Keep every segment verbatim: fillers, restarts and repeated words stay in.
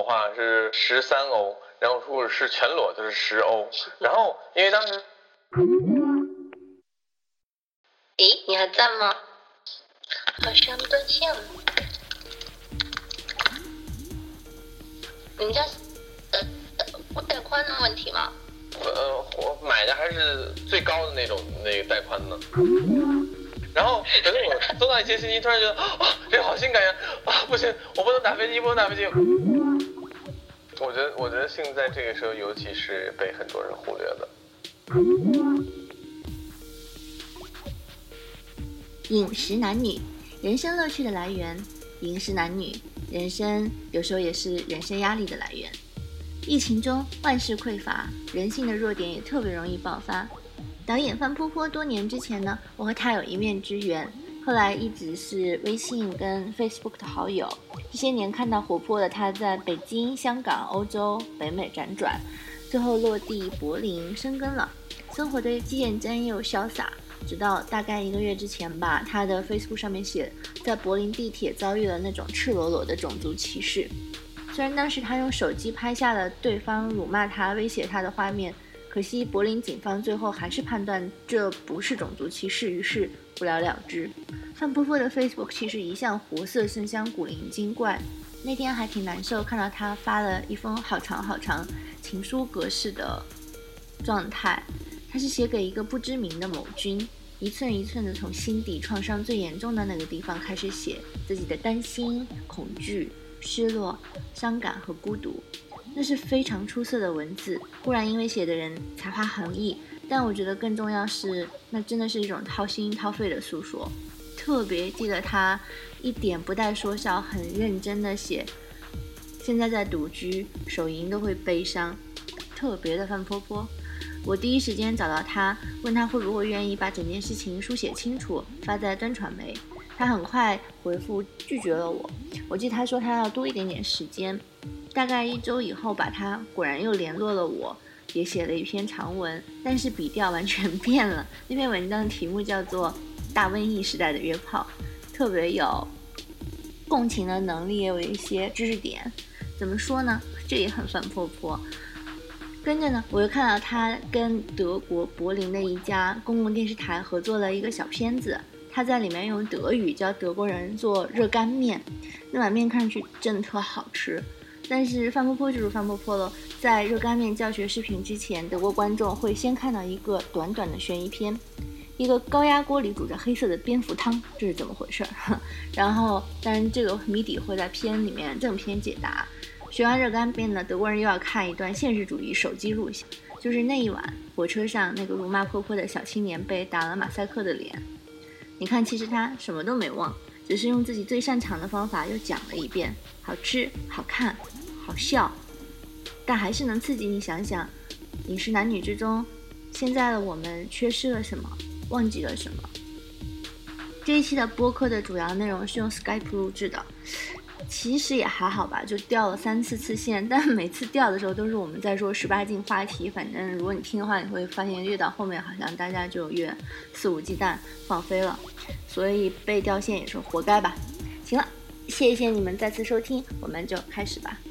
的话是十三欧，然后如果是全裸就是十欧。然后因为当时， 咦，你还在吗？好像断线了。你家呃带宽的问题吗？ 呃，我买的还是最高的那种那个带宽的。然后可是我收到一些信息，突然觉得啊，这个好性感呀！啊，不行，我不能打飞机，不能打飞机。我觉得，我觉得性在这个时候，尤其是被很多人忽略的。 饮食男女，人生乐趣的来源；饮食男女，人生有时候也是人生压力的来源。疫情中万事匮乏，人性的弱点也特别容易爆发。导演范坡坡多年之前呢，我和他有一面之缘，后来一直是微信跟 Facebook 的好友。这些年看到活泼的他在北京、香港、欧洲、北美辗转，最后落地柏林生根了，生活的既认真又潇洒。直到大概一个月之前吧，他的 Facebook 上面写，在柏林地铁遭遇了那种赤裸裸的种族歧视。虽然当时他用手机拍下了对方辱骂他、威胁他的画面，可惜柏林警方最后还是判断这不是种族歧视，于是不了了之。范坡坡的 Facebook 其实一向活色生香、古灵精怪，那天还挺难受，看到他发了一封好长好长情书格式的状态，他是写给一个不知名的某君，一寸一寸的从心底创伤最严重的那个地方开始写自己的担心、恐惧、失落、伤感和孤独。那是非常出色的文字，固然因为写的人才华横溢，但我觉得更重要是，那真的是一种掏心掏肺的诉说。特别记得他一点不带说笑，很认真的写，现在在独居，手淫都会悲伤，特别的范坡坡。我第一时间找到他，问他会不会愿意把整件事情书写清楚，发在端传媒。他很快回复拒绝了我。我记得他说他要多一点点时间，大概一周以后吧，他果然又联络了我，也写了一篇长文，但是笔调完全变了。那篇文章的题目叫做《大瘟疫时代的约炮》，特别有共情的能力，也有一些知识点。怎么说呢？这也很范坡坡。跟着呢，我又看到他跟德国柏林的一家公共电视台合作了一个小片子，他在里面用德语教德国人做热干面，那碗面看上去真的特好吃。但是范坡坡就是范坡坡了，在热干面教学视频之前，德国观众会先看到一个短短的悬疑片，一个高压锅里煮着黑色的蝙蝠汤，这是怎么回事？然后当然这个谜底会在片里面正片解答。学完热干面呢，德国人又要看一段现实主义手机录像，就是那一晚火车上那个辱骂坡坡的小青年被打了马赛克的脸。你看，其实他什么都没忘，只是用自己最擅长的方法又讲了一遍，好吃、好看、好笑，但还是能刺激你想想，饮食男女之中，现在的我们缺失了什么，忘记了什么。这一期的播客的主要内容是用 Skype 录制的，其实也还好吧，就掉了三次次线，但每次掉的时候都是我们在说十八禁话题。反正如果你听的话，你会发现越到后面好像大家就越肆无忌惮放飞了，所以被掉线也是活该吧。行了，谢谢你们再次收听，我们就开始吧。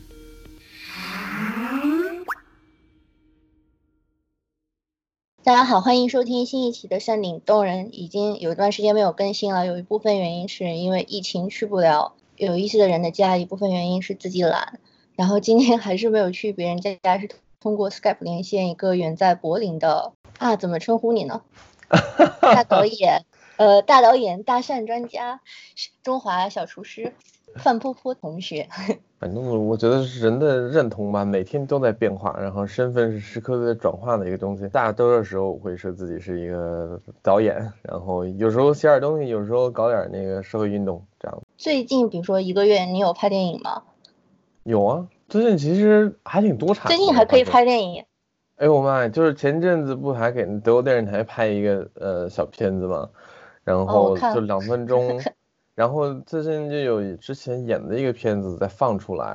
大家好，欢迎收听新一期的山顶洞人。已经有一段时间没有更新了，有一部分原因是因为疫情去不了有意思的人的家，一部分原因是自己懒。然后今天还是没有去别人家，是通过 Skype 连线一个远在柏林的啊，怎么称呼你呢？大导演，呃，大导演、大膳专家、中华小厨师范坡坡同学。 反正我觉得是人的认同吧，每天都在变化，然后身份是时刻都在转化的一个东西。大多数时候我会说自己是一个导演，然后有时候写点东西，有时候搞点那个社会运动这样。 最近比如说一个月，你有拍电影吗？ 有啊，最近其实还挺多场。 最近还可以拍电影？ 哎呦我妈，就是前阵子不还给德国电视台拍一个呃小片子吗？然后就两分钟。然后最近就有之前演的一个片子再放出来，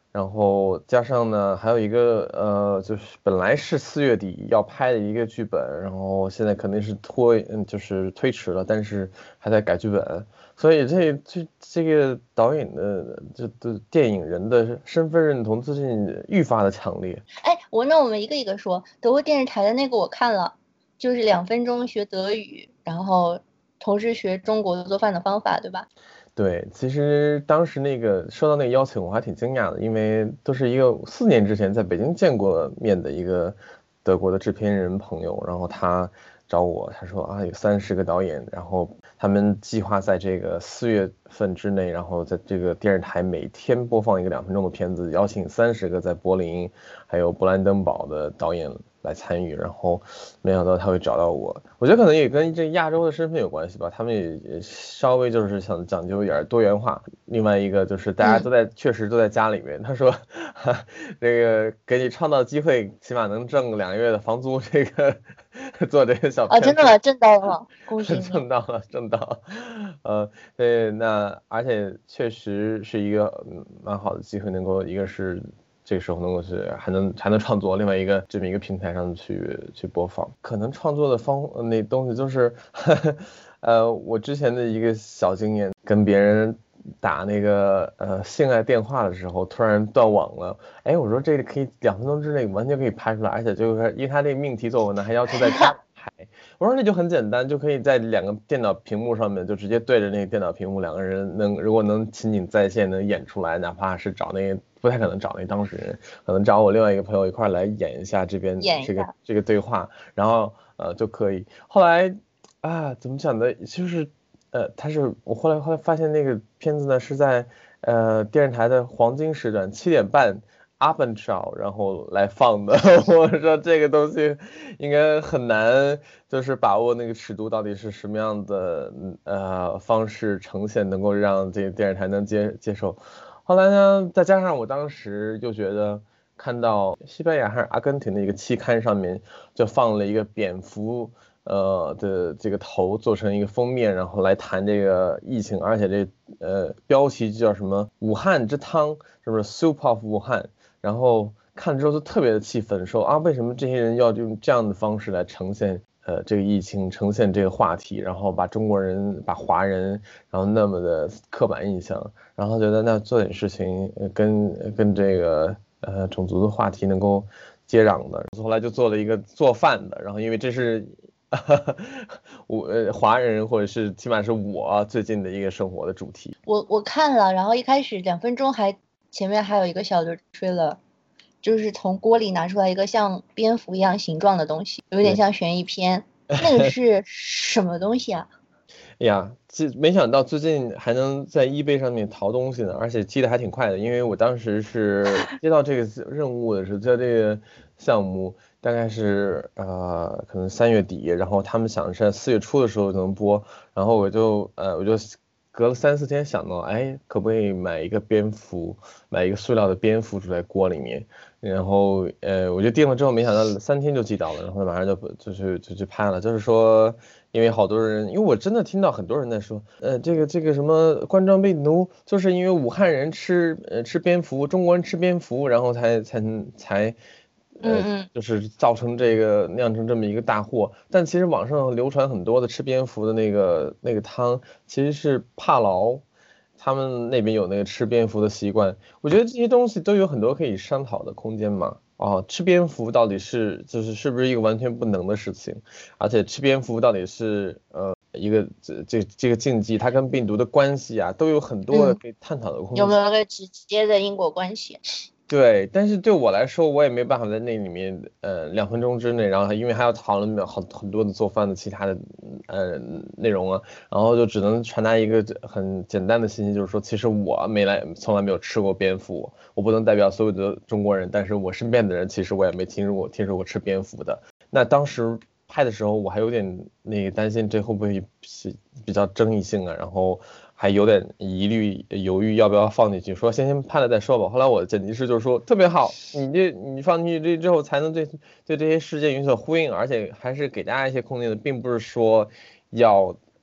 然后加上呢，还有一个呃，就是本来是四月底要拍的一个剧本，然后现在肯定是拖，嗯，就是推迟了，但是还在改剧本，所以这这这个导演的这的电影人的身份认同最近愈发的强烈。 哎，我那我们一个一个说，德国电视台的那个我看了，就是两分钟学德语，然后同时学中国做饭的方法，对吧？ 对，其实当时那个收到那个邀请，我还挺惊讶的，因为都是一个四年之前在北京见过面的一个德国的制片人朋友，然后他找我，他说啊有三十个导演，然后他们计划在这个四月份之内，然后在这个电视台每天播放一个两分钟的片子，邀请三十个在柏林还有勃兰登堡的导演来参与，然后没想到他会找到我，我觉得可能也跟这亚洲的身份有关系吧，他们也也稍微就是想讲究一点多元化。另外一个就是大家都在、嗯、确实都在家里面，他说这个给你创造机会，起码能挣两个月的房租，这个做这个小片子。哦，真的吗？挣到了吗？恭喜你！ 挣到了，挣到了。呃，对，那而且确实是一个蛮好的机会，能够一个是。这个时候能够是还能还能创作，另外一个这么一个平台上去去播放，可能创作的方那东西就是呵呵，呃，我之前的一个小经验，跟别人打那个呃性爱电话的时候，突然断网了，哎，我说这个可以两分钟之内完全可以拍出来，而且就是因为他这个命题作文呢，还要求在家拍，我说那就很简单，就可以在两个电脑屏幕上面就直接对着那个电脑屏幕，两个人能如果能情景在线能演出来，哪怕是找那个。不太可能找那当事人，可能找我另外一个朋友一块来演一下这边这个这个对话，然后呃就可以。后来啊怎么讲的，就是呃他是我后来后来发现那个片子呢是在呃电视台的黄金时段七点半 Abendschau 然后来放的。我说这个东西应该很难，就是把握那个尺度到底是什么样的呃方式呈现，能够让这个电视台能接接受。后来呢，再加上我当时就觉得看到西班牙还是阿根廷的一个期刊上面就放了一个蝙蝠呃的这个头做成一个封面，然后来谈这个疫情，而且这呃标题就叫什么武汉之汤，是不是 Soup of 武汉？然后看了之后就特别的气愤，说啊为什么这些人要用这样的方式来呈现？呃，这个疫情呈现这个话题，然后把中国人、把华人，然后那么的刻板印象，然后觉得那做点事情跟跟这个呃种族的话题能够接壤的，后来就做了一个做饭的，然后因为这是我呃华人或者是起码是我最近的一个生活的主题。 我我看了，然后一开始两分钟还前面还有一个小的 trailer。就是从锅里拿出来一个像蝙蝠一样形状的东西，有点像悬疑片。那个是什么东西啊？ 哎呀，这没想到最近还能在 eBay 上面淘东西呢，而且寄的还挺快的。因为我当时是接到这个任务的时候，接到这个项目大概是呃可能三月底，然后他们想是在四月初的时候就能播，然后我就呃我就。隔了三四天想到，哎，可不可以买一个蝙蝠，买一个塑料的蝙蝠煮在锅里面，然后呃，我就订了之后，没想到三天就寄到了，然后马上就就去就去拍了。就是说，因为好多人，因为我真的听到很多人在说，呃，这个这个什么冠状病毒，就是因为武汉人吃呃吃蝙蝠，中国人吃蝙蝠，然后才才才。呃，就是造成这个酿成这么一个大祸，但其实网上流传很多的吃蝙蝠的那个那个汤，其实是帕劳，他们那边有那个吃蝙蝠的习惯。我觉得这些东西都有很多可以商讨的空间嘛。哦，吃蝙蝠到底是就是是不是一个完全不能的事情，而且吃蝙蝠到底是呃一个这这这个禁忌，它跟病毒的关系啊，都有很多可以探讨的空间。 有没有一个直接的因果关系？ 对，但是对我来说，我也没办法在那里面，呃，两分钟之内，然后因为还要讨论很很多的做饭的其他的，呃，内容啊，然后就只能传达一个很简单的信息，就是说，其实我没来，从来没有吃过蝙蝠，我不能代表所有的中国人，但是我身边的人，其实我也没听说过听说过吃蝙蝠的。那当时拍的时候，我还有点那个担心，这会不会是比较争议性啊？然后。还有点疑虑犹豫要不要放进去，说先先拍了再说吧。后来我的剪辑师就说特别好，你这你放进去这之后才能对对这些事件有所呼应，而且还是给大家一些空间的，并不是说要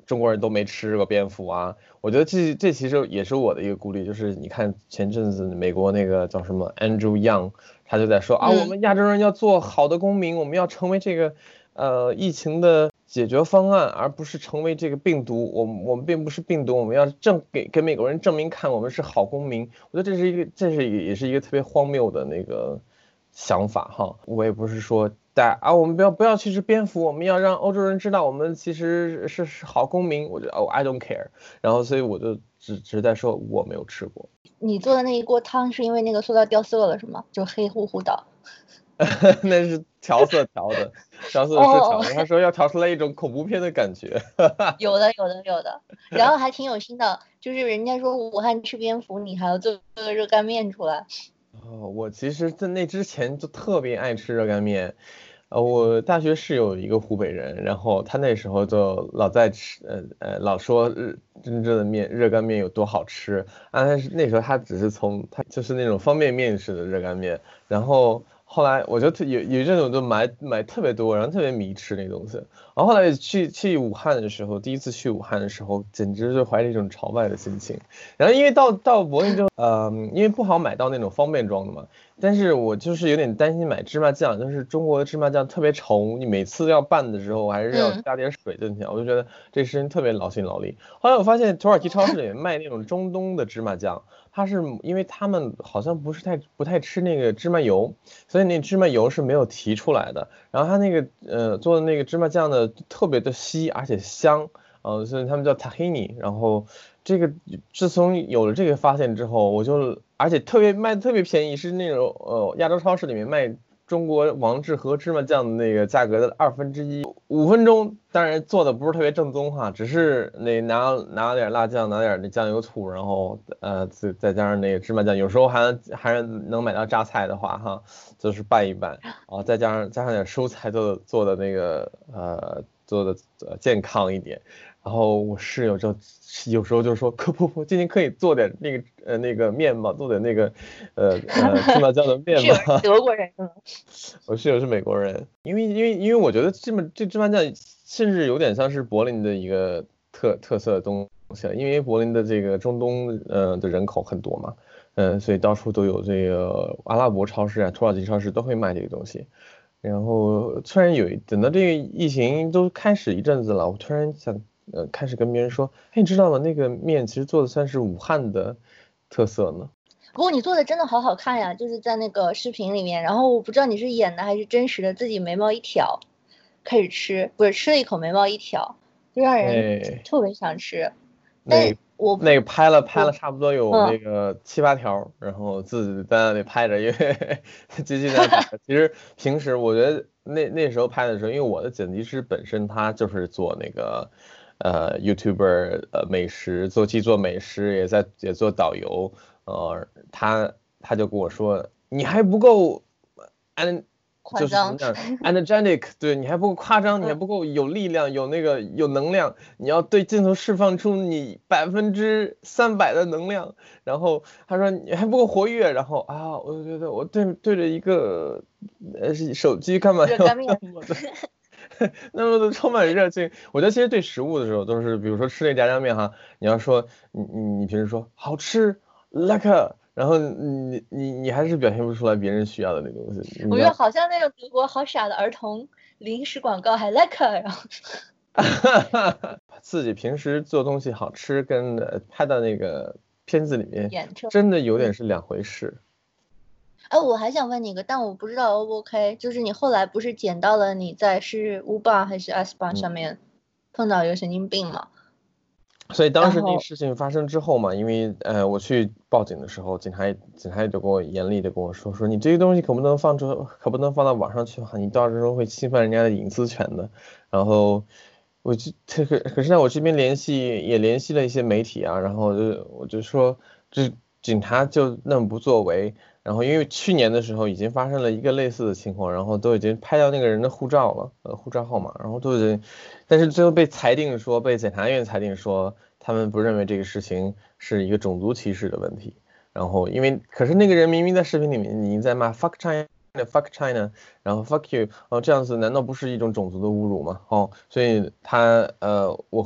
中国人都没吃过蝙蝠啊。我觉得这这其实也是我的一个顾虑，就是你看前阵子美国那个叫什么 Andrew Yang， 他就在说啊，我们亚洲人要做好的公民，我们要成为这个呃疫情的解决方案，而不是成为这个病毒。我们我们并不是病毒，我们要证给给美国人证明看我们是好公民。我觉得这是一个这是一个也是一个特别荒谬的那个想法哈。我也不是说大啊，我们不要不要去吃蝙蝠，我们要让欧洲人知道我们其实是是好公民。我觉得哦 I don't care， 然后所以我就只只在说我没有吃过。 你做的那一锅汤是因为那个塑料掉色了是吗？就黑乎乎的。 那是调色调的，调色是调的。他说要调出来一种恐怖片的感觉。 有的有的有的，然后还挺有心的，就是人家说武汉吃蝙蝠，你还要做个热干面出来。 哦，我其实在那之前就特别爱吃热干面。呃，我大学室友一个湖北人，然后他那时候就老在吃，呃呃，老说日真正的面热干面有多好吃啊。但是那时候他只是从他就是那种方便面式的热干面，然后。后来我就有有一阵子我就买买特别多，然后特别迷吃那东西。然后后来去去武汉的时候，第一次去武汉的时候，简直就怀着一种朝拜的心情。然后因为到到柏林之后，呃，因为不好买到那种方便装的嘛，但是我就是有点担心买芝麻酱，就是中国的芝麻酱特别稠，你每次要拌的时候还是要加点水进去，嗯、我就觉得这事情特别劳心劳力。后来我发现土耳其超市里面卖那种中东的芝麻酱。它是因为他们好像不是太不太吃那个芝麻油，所以那芝麻油是没有提出来的。然后它那个呃做的那个芝麻酱呢特别的稀而且香，呃，所以他们叫 tahini。然后这个自从有了这个发现之后，我就而且特别卖的特别便宜，是那种呃亚洲超市里面卖中国王致和芝麻酱的那个价格的二分之一，五分钟。当然做的不是特别正宗哈，只是那拿拿点辣酱，拿点那酱油醋，然后呃再再加上那个芝麻酱，有时候还还能买到榨菜的话哈，就是拌一拌，然后再加上加上点蔬菜做的做的那个呃做的健康一点。然后我室友就有时候就说，可不不，今天可以做点那个呃那个面吗？做点那个呃呃芝麻酱的面吗？ 德国人是吗？ 我室友是美国人，因为因为因为我觉得这么这芝麻酱甚至有点像是柏林的一个特特色的东西，因为柏林的这个中东呃的人口很多嘛，嗯、呃，所以到处都有这个阿拉伯超市啊、土耳其超市都会卖这个东西。然后突然有等到这个疫情都开始一阵子了，我突然想。呃，开始跟别人说，哎，你知道吗？那个面其实做的算是武汉的特色呢。 不过你做的真的好好看呀，就是在那个视频里面。然后我不知道你是演的还是真实的，自己眉毛一挑，开始吃，不是吃了一口眉毛一挑，就让人特别想吃。 那我那个拍了拍了差不多有那个七八条，然后自己在那里拍着，因为机器在打。其实平时我觉得那那时候拍的时候，因为我的剪辑师本身他就是做那个。呃 ，YouTuber 呃美食做既做美食也在也做导游，呃，他他就跟我说，你还不够安夸张 ，energetic， 对你还不够夸张，你还不够有力量，有那个有能量，你要对镜头释放出你百分之三百的能量。然后他说你还不够活跃，然后啊，我就觉得我对对着一个呃手机干嘛要那么的。那么的充满热情。我觉得其实对食物的时候都是，比如说吃那炸酱面哈，你要说你你你平时说好吃 like， 然后你你你还是表现不出来别人需要的那东西。 我觉得好像那种德国好傻的儿童零食广告还 like， 然后自己平时做东西好吃跟拍到那个片子里面演真的有点是两回事。 哎，我还想问你一个，但我不知道 O 不 OK， 就是你后来不是捡到了你在是 U-Bahn 还是 S-Bahn 上面碰到一个神经病吗？ 所以当时那个事情发生之后嘛，因为呃我去报警的时候，警察警察就跟我严厉的跟我说，说你这些东西可不能放出，可不能放到网上去哈，你到时候会侵犯人家的隐私权的。然后我就这个可是在我这边联系也联系了一些媒体啊，然后就我就说这警察就那么不作为。然后因为去年的时候已经发生了一个类似的情况，然后都已经拍到那个人的护照了，呃，护照号码，然后都已经，但是最后被裁定说，被检察院裁定说，他们不认为这个事情是一个种族歧视的问题。然后因为，可是那个人明明在视频里面已经在骂 fuck China。fuck China， 然后 fuck you， 哦，这样子难道不是一种种族的侮辱吗？哦，所以他呃，我后来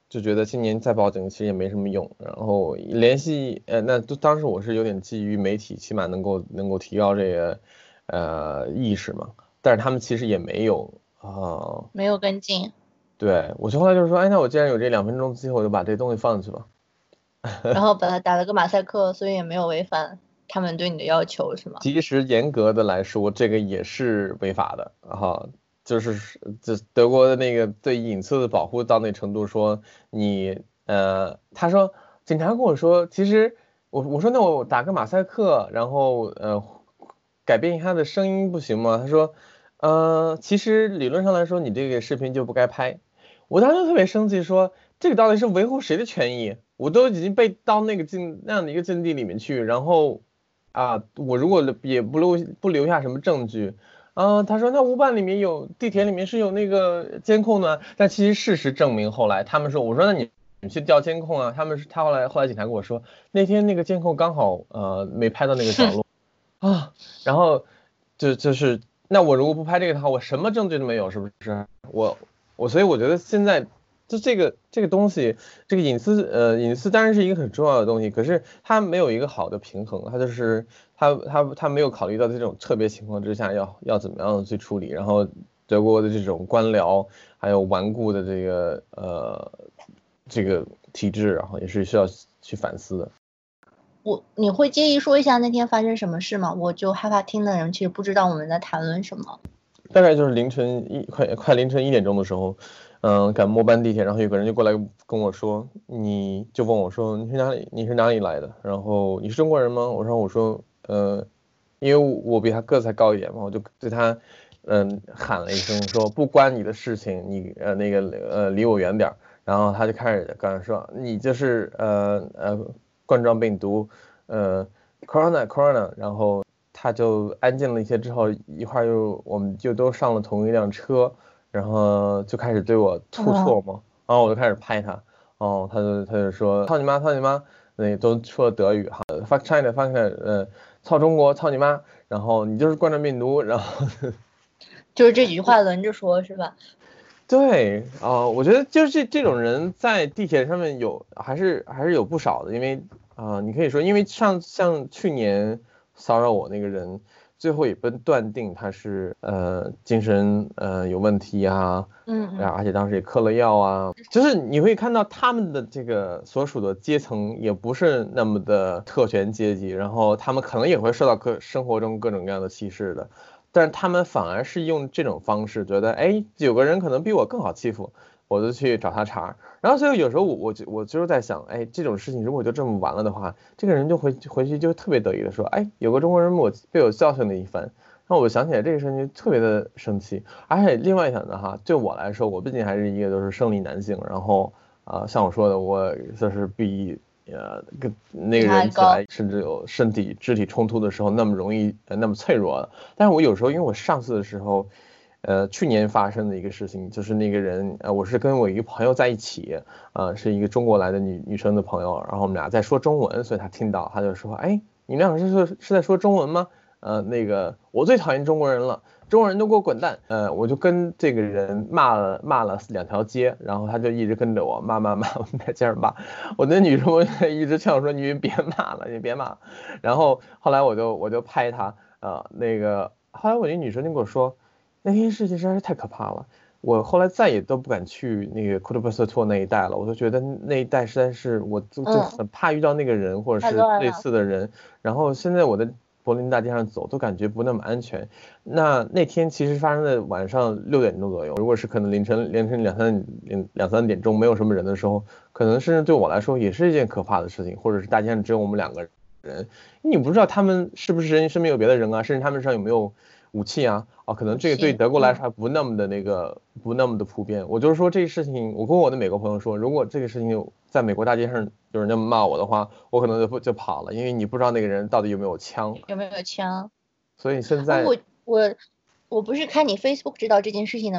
就觉得今年再报警其实也没什么用，然后联系呃，那当时我是有点基于媒体起码能够能够提高这个呃意识嘛，但是他们其实也没有啊、呃， 没有跟进。 对，我就后来就是说，哎，那我既然有这两分钟机会，我就把这东西放进去吧。 然后把它打了个马赛克，所以也没有违反他们对你的要求，是吗？ 其实严格的来说，这个也是违法的哈，就是这德国的那个对隐私的保护到那程度，说你呃，他说警察跟我说，其实我我说那我打个马赛克，然后呃改变一下他的声音不行吗？他说呃，其实理论上来说，你这个视频就不该拍。我当时就特别生气，说这个到底是维护谁的权益？我都已经被到那个境那样的一个境地里面去，然后啊，我如果也不留不留下什么证据，啊，他说那五版里面有地铁里面是有那个监控的，但其实事实证明后来他们说，我说那你你去调监控啊，他们是他后来后来警察跟我说，那天那个监控刚好呃没拍到那个角落啊，然后就就是那我如果不拍这个的话，我什么证据都没有，是不是？我我所以我觉得现在就这个这个东西，这个隐私呃隐私当然是一个很重要的东西，可是它没有一个好的平衡，它就是它它它没有考虑到这种特别情况之下要要怎么样的去处理，然后德国的这种官僚还有顽固的这个呃这个体制，然后也是需要去反思的。 我你会介意说一下那天发生什么事吗？我就害怕听的人其实不知道我们在谈论什么。 大概就是凌晨一快快凌晨一点钟的时候，嗯，赶末班地铁，然后有个人就过来跟我说，你就问我说你是哪里你是哪里来的？然后你是中国人吗？我说我说呃，因为我比他个子还高一点嘛，我就对他嗯喊了一声说不关你的事情，你呃那个呃离我远点。然后他就开始跟我说你就是呃呃冠状病毒呃 corona corona， 然后他就安静了一些之后，一会儿又我们就都上了同一辆车，然后就开始对我吐唾沫，然后我就开始拍他，哦，他就他就说操你妈操你妈，那都说德语哈 fuck China fuck China， 呃操中国操你妈，然后你就是冠状病毒，然后就是这几句话轮着说，是吧？ 对啊、呃，我觉得就是这这种人在地铁上面有还是还是有不少的，因为啊、呃，你可以说，因为上像去年骚扰我那个人，最后也被断定他是呃精神呃有问题啊， 嗯嗯， 而且当时也嗑了药啊，就是你会看到他们的这个所属的阶层也不是那么的特权阶级，然后他们可能也会受到各生活中各种各样的歧视的。但是他们反而是用这种方式，觉得哎，有个人可能比我更好欺负，我就去找他茬。然后所以有时候我我我就是在想，哎，这种事情如果就这么完了的话，这个人就回回去就特别得意的说，哎，有个中国人我被我教训了一番。然后我想起来这个事情就特别的生气。而且另外一想呢哈，对我来说，我毕竟还是一个都是生理男性，然后啊、呃，像我说的，我就是比。呃，跟那个人起来，甚至有身体肢体冲突的时候，那么容易，呃，那么脆弱的。但是我有时候，因为我上次的时候，呃，去年发生的一个事情，就是那个人，呃，我是跟我一个朋友在一起，呃，是一个中国来的女女生的朋友，然后我们俩在说中文，所以他听到，他就说，哎，你们俩是说是在说中文吗？呃，那个我最讨厌中国人了。中国人都给我滚蛋！呃，我就跟这个人骂了骂了两条街，然后他就一直跟着我骂骂骂，我们在街上骂。我那女生一直劝我说：“你别骂了，你别骂了。”然后后来我就我就拍他，呃，那个后来我那女生就跟我说，那件事情实在是太可怕了。我后来再也都不敢去那个库特布斯托那一带了，我就觉得那一带实在是我就就很怕遇到那个人或者是类似的人。然后现在我的柏林大街上走都感觉不那么安全。那那天其实发生在晚上六点钟左右，如果是可能凌晨凌晨两三两两三点钟没有什么人的时候，可能甚至对我来说也是一件可怕的事情，或者是大街上只有我们两个人，你不知道他们是不是人身边有别的人啊，甚至他们身上有没有武器啊？啊，可能这个对德国来说还不那么的那个不那么的普遍。我就是说这个事情，我跟我的美国朋友说，如果这个事情在美国大街上有人那么骂我的话，我可能就就跑了，因为你不知道那个人到底有没有枪， 有没有枪。 所以现在我我我不是看你 Facebook 知道这件事情的吗？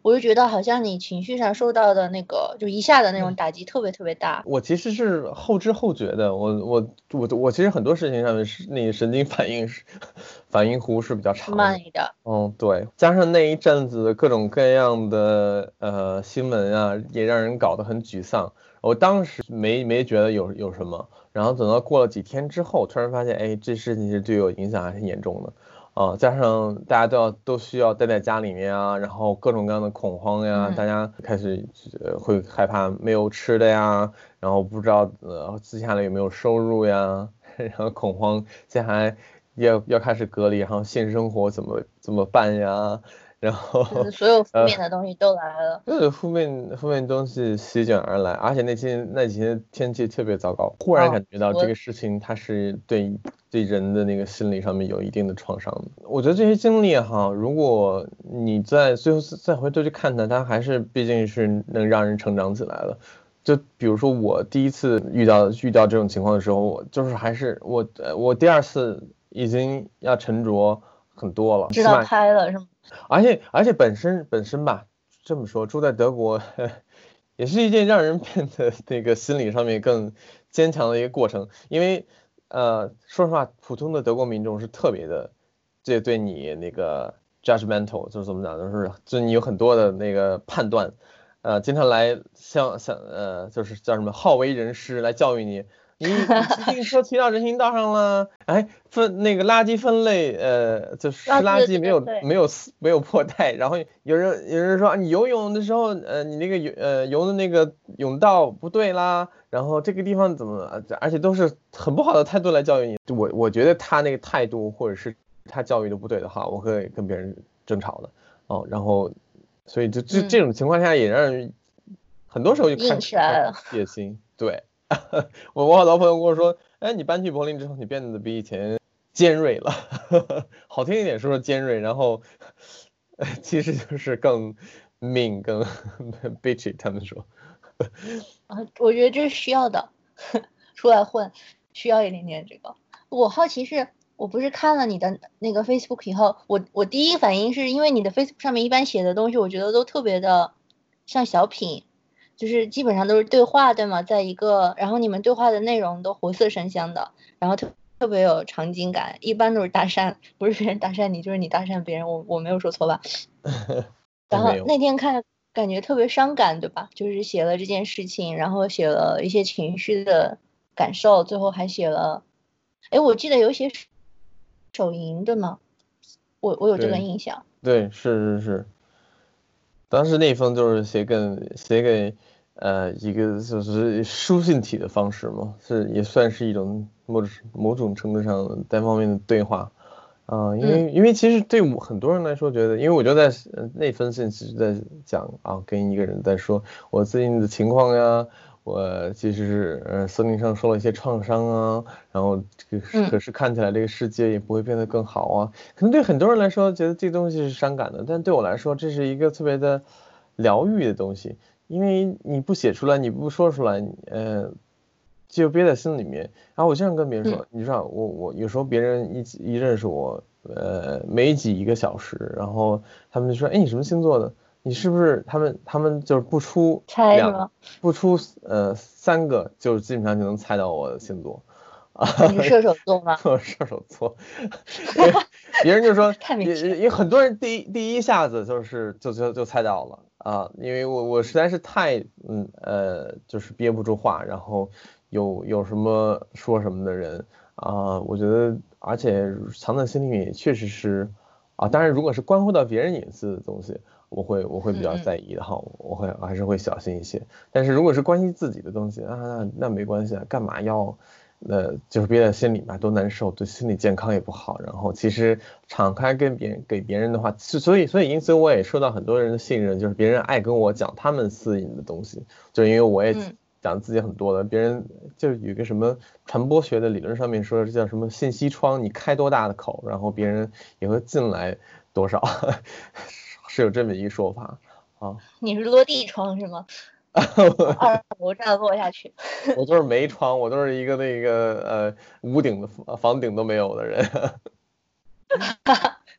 我就觉得好像你情绪上受到的那个就一下的那种打击特别特别大。 我其实是后知后觉的，我我我我其实很多事情上面是那个神经反应是反应弧是比较长的。 慢的。 嗯，对，加上那一阵子各种各样的呃新闻啊，也让人搞得很沮丧。我当时没没觉得有有什么，然后等到过了几天之后，突然发现，哎，这事情是对我影响还是严重的。啊、呃，加上大家都要都需要待在家里面啊，然后各种各样的恐慌呀，嗯、大家开始呃会害怕没有吃的呀，然后不知道呃接下来有没有收入呀，然后恐慌，接下来要要开始隔离，然后性生活怎么怎么办呀？然后所有负面的东西都来了， 所有的负面负面东西席卷而来，而且那些那几天天气特别糟糕，忽然感觉到这个事情它是对对人的那个心理上面有一定的创伤的。我觉得这些经历哈，如果你在最后再回头去看它，它还是毕竟是能让人成长起来了。就比如说我第一次遇到遇到这种情况的时候，我就是还是我我第二次已经要沉着很多了， 知道拍了是吗？ 而且而且本身本身吧，这么说，住在德国呵也是一件让人变得那个心理上面更坚强的一个过程。因为呃，说实话，普通的德国民众是特别的，这对你那个 judgmental 就是怎么讲，就是就你有很多的那个判断，呃，经常来像像呃，就是叫什么好为人师来教育你。你你自行车骑到人行道上了，哎，分那个垃圾分类，呃，就是垃圾没有没有没有破袋，然后有人有人说你游泳的时候，呃，你那个游呃游的那个泳道不对啦，然后这个地方怎么，而且都是很不好的态度来教育你。我我觉得他那个态度或者是他教育的不对的话，我会跟别人争吵的哦。然后，所以就这这种情况下也让人、嗯、很多时候就看起来了戒心，对。我我好多朋友跟我说，哎，你搬去柏林之后，你变得比以前尖锐了，好听一点说说尖锐，然后其实就是更命更 bitchy， 他们说。 啊，我觉得这是需要的，出来混需要一点点这个。我好奇是，我不是看了你的那个 Facebook 以后，我我第一反应是因为你的 Facebook 上面一般写的东西，我觉得都特别的像小品。就是基本上都是对话，对吗？在一个，然后你们对话的内容都活色生香的，然后特特别有场景感，一般都是搭讪，不是别人搭讪你，就是你搭讪别人，我我没有说错吧？然后那天看感觉特别伤感，对吧？就是写了这件事情，然后写了一些情绪的感受，最后还写了，哎，我记得有写手淫，对吗？我我有这个印象。 对，对是是是。当时那封就是写给写给呃一个就是书信体的方式嘛，是也算是一种某某种程度上单方面的对话啊、呃，因为、嗯、因为其实对我很多人来说觉得，因为我就在那封信其实在讲啊，跟一个人在说我最近的情况呀。我其实是呃心灵上受了一些创伤啊，然后这个可是看起来这个世界也不会变得更好啊。可能对很多人来说觉得这东西是伤感的，但对我来说这是一个特别的疗愈的东西，因为你不写出来，你不说出来，呃，就憋在心里面。然后我经常跟别人说，嗯、你知道我我有时候别人一一认识我，呃，没几一个小时，然后他们就说，哎，你什么星座的？你是不是他们他们就是不出两不出呃三个就基本上就能猜到我的星座啊？你是射手座吗？ 我射手座。别人就说也也很多人第一第一下子就是就就就猜到了啊，因为我我实在是太嗯呃就是憋不住话，然后有有什么说什么的人啊，我觉得而且藏在心里面也确实是啊，当然如果是关乎到别人隐私的东西。我会我会比较在意的哈，嗯、我会还是会小心一些。但是如果是关系自己的东西啊，那那没关系啊，干嘛要呃就是憋在心里嘛，多难受，对心理健康也不好。然后其实敞开跟别人给别人的话，所以所以因此我也受到很多人的信任，就是别人爱跟我讲他们私隐的东西，就是因为我也讲自己很多的，嗯、别人就有一个什么传播学的理论上面说这叫什么信息窗，你开多大的口，然后别人也会进来多少。是有这么一个说法啊。 你是落地窗是吗？二楼这样落下去。 我都是没窗，我都是一个那个呃屋顶的房顶都没有的人。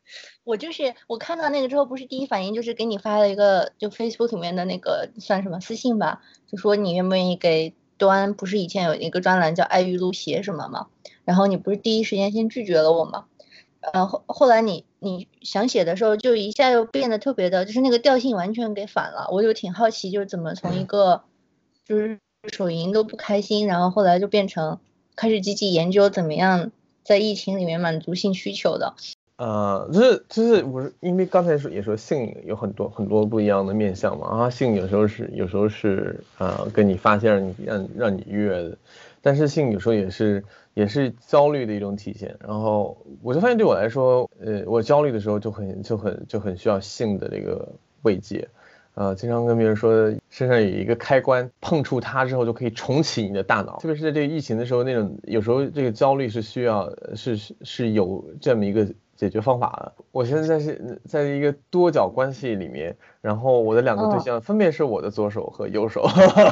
我就是我看到那个之后，不是第一反应就是给你发了一个就 Facebook 里面的那个算什么私信吧，就说你愿不愿意给端，不是以前有一个专栏叫爱玉露写什么吗？然后你不是第一时间先拒绝了我吗？呃后后来你你想写的时候，就一下又变得特别的，就是那个调性完全给反了。我就挺好奇，就是怎么从一个就是手淫都不开心，然后后来就变成开始积极研究怎么样在疫情里面满足性需求的。 呃，就是就是我是因为刚才说也说性有很多很多不一样的面向嘛，啊，性有时候是有时候是呃跟你发现让你让让你愉悦的，但是性有时候也是也是焦虑的一种体现。然后我就发现对我来说，呃，我焦虑的时候就很就很就很需要性的这个慰藉。呃，经常跟别人说身上有一个开关，碰触它之后就可以重启你的大脑。特别是在这个疫情的时候，那种有时候这个焦虑是需要是是有这么一个解决方法的。我现在是在一个多角关系里面，然后我的两个对象分别是我的左手和右手。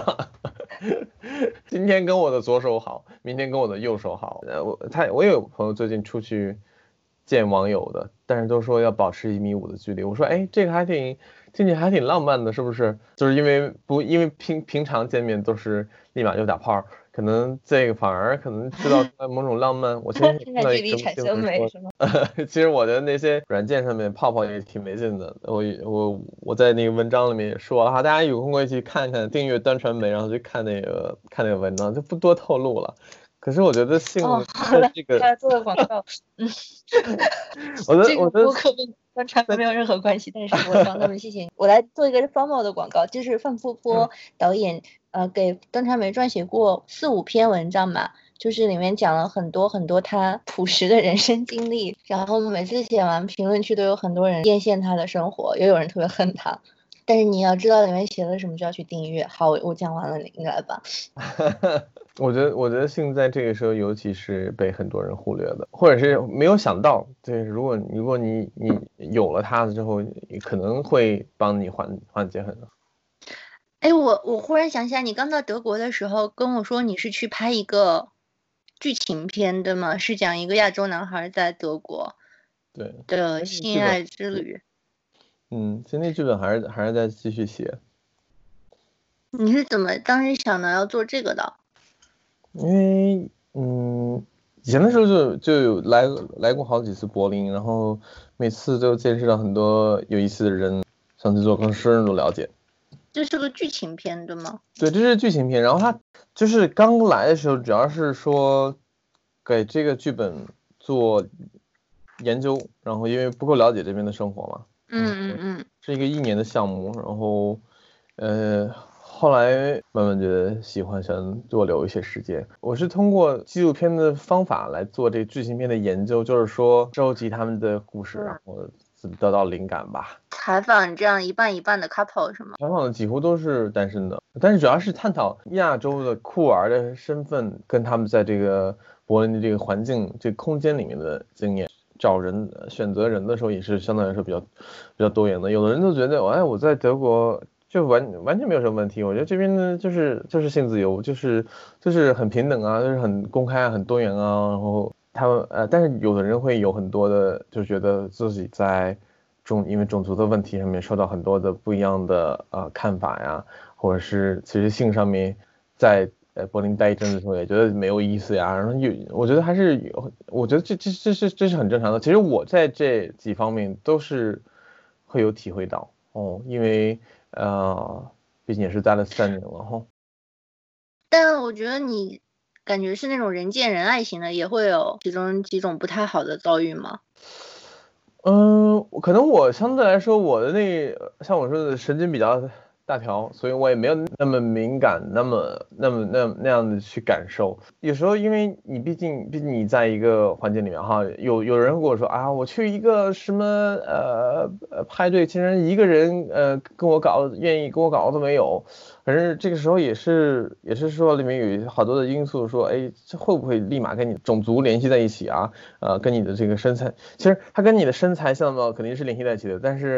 今天跟我的左手好，明天跟我的右手好。呃，我他我也有朋友最近出去见网友的，但是都说要保持一米五的距离。我说，哎，这个还挺听起来还挺浪漫的，是不是？就是因为不因为平平常见面都是立马就打炮，可能这个反而可能知道某种浪漫。我其实看到一个新闻说，呃，其实我觉得那些软件上面泡泡也挺没劲的。我我我在那个文章里面也说了哈，大家有空可以去看看，订阅端传媒，然后去看那个看那个文章，就不多透露了。可是我觉得性哦，好了， 这个， 大家做个广告。嗯， 我的这个播客跟端传媒没有任何关系，但是我帮他们谢谢你。我来做一个方茂的广告，就是范波波导演呃给端传媒撰写过四五篇文章嘛，就是里面讲了很多很多他朴实的人生经历，然后每次写完评论区都有很多人艳羡他的生活，也有人特别恨他。但是你要知道里面写了什么就要去订阅。好，我讲完了，你来吧。 我觉得，我觉得性在这个时候，尤其是被很多人忽略的，或者是没有想到，就是如果如果你你有了它之后，可能会帮你缓缓解很多。 哎，我我忽然想起来，你刚到德国的时候跟我说你是去拍一个剧情片的吗？是讲一个亚洲男孩在德国对的性爱之旅。 嗯，其实那剧本还是还是在继续写。 你是怎么当时想的要做这个的？ 因为嗯，以前的时候就就有来来过好几次柏林，然后每次都见识到很多有意思的人，想去做更深入的了解。 这是个剧情片对吗？ 对，这是剧情片。然后他就是刚来的时候，主要是说给这个剧本做研究，然后因为不够了解这边的生活嘛。 嗯嗯嗯， 是一个一年的项目，然后呃后来慢慢觉得喜欢，想多留一些时间。我是通过纪录片的方法来做这个剧情片的研究，就是说收集他们的故事，然后得到灵感吧。 采访这样一半一半的 couple 是吗？ 采访的几乎都是单身的，但是主要是探讨亚洲的酷儿的身份跟他们在这个柏林的这个环境、这个空间里面的经验。找人选择人的时候也是相对来说比较比较多元的。有的人都觉得，哎，我在德国就完完全没有什么问题。我觉得这边呢，就是就是性自由，就是就是很平等啊，就是很公开啊，很多元啊。然后他们呃，但是有的人会有很多的，就觉得自己在种因为种族的问题上面受到很多的不一样的呃看法呀，或者是其实性上面在。呃，柏林待一阵子之后也觉得没有意思呀，然后有，我觉得还是有，我觉得这这这是这是很正常的。其实我在这几方面都是会有体会到哦，因为呃，毕竟也是待了三年了哈。 但我觉得你感觉是那种人见人爱型的，也会有其中几种不太好的遭遇吗？ 嗯，可能我相对来说，我的那像我说的神经比较大条，所以我也没有那么敏感，那么那么那那样的去感受。有时候因为你毕竟毕竟你在一个环境里面哈，有有人跟我说啊，我去一个什么呃呃派对，竟然一个人呃跟我搞愿意跟我搞都没有。反正这个时候也是也是说里面有好多的因素，说哎这会不会立马跟你种族联系在一起啊？呃跟你的这个身材，其实它跟你的身材相貌肯定是联系在一起的，但是。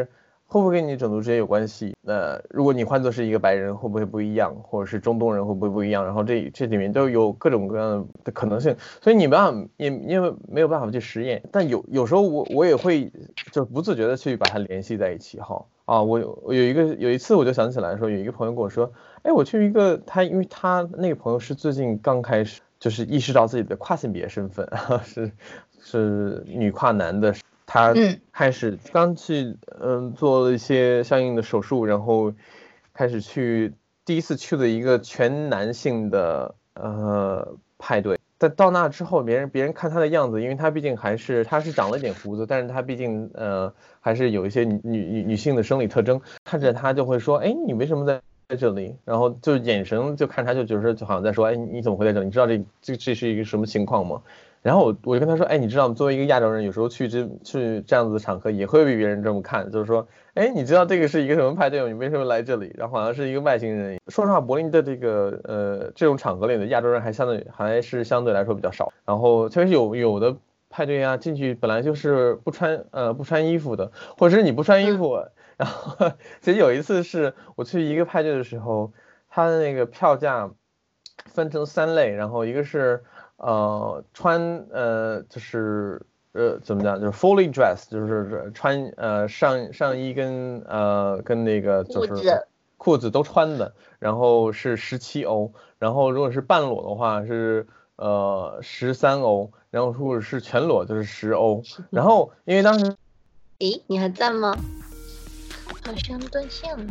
会不会跟你种族之间有关系？那如果你换作是一个白人，会不会不一样？或者是中东人会不会不一样？然后这这里面都有各种各样的可能性，所以你没办法，也因为没有办法去实验。但有有时候我我也会就不自觉的去把它联系在一起哈。啊，我我有一个有一次我就想起来说，有一个朋友跟我说，哎，我去一个他，因为他那个朋友是最近刚开始就是意识到自己的跨性别身份，是是女跨男的。他开始刚去嗯做了一些相应的手术，然后开始去第一次去了一个全男性的呃派对。但到那之后，别人别人看他的样子，因为他毕竟还是他是长了一点胡子，但是他毕竟呃还是有一些女女女性的生理特征，看着他就会说，哎，你为什么在在这里？然后就眼神就看他就就是就好像在说，哎，你怎么会在这里？你知道这这这是一个什么情况吗？然后我我就跟他说，哎，你知道作为一个亚洲人，有时候去这去这样子的场合也会被别人这么看，就是说，哎，你知道这个是一个什么派对吗？你为什么来这里？然后好像是一个外星人。说实话，柏林的这个呃这种场合里的亚洲人还相对还是相对来说比较少。然后特别是有有的派对啊，进去本来就是不穿呃不穿衣服的，或者是你不穿衣服。然后其实有一次是我去一个派对的时候，他的那个票价分成三类，然后一个是。呃，穿呃就是呃怎么讲，就是 fully dressed， 就是穿呃上上衣跟呃跟那个就是裤子裤子都穿的，然后是十七欧，然后如果是半裸的话是呃十三欧，然后如果是全裸就是十欧，然后因为当时， 咦，你还在吗？好像断线了。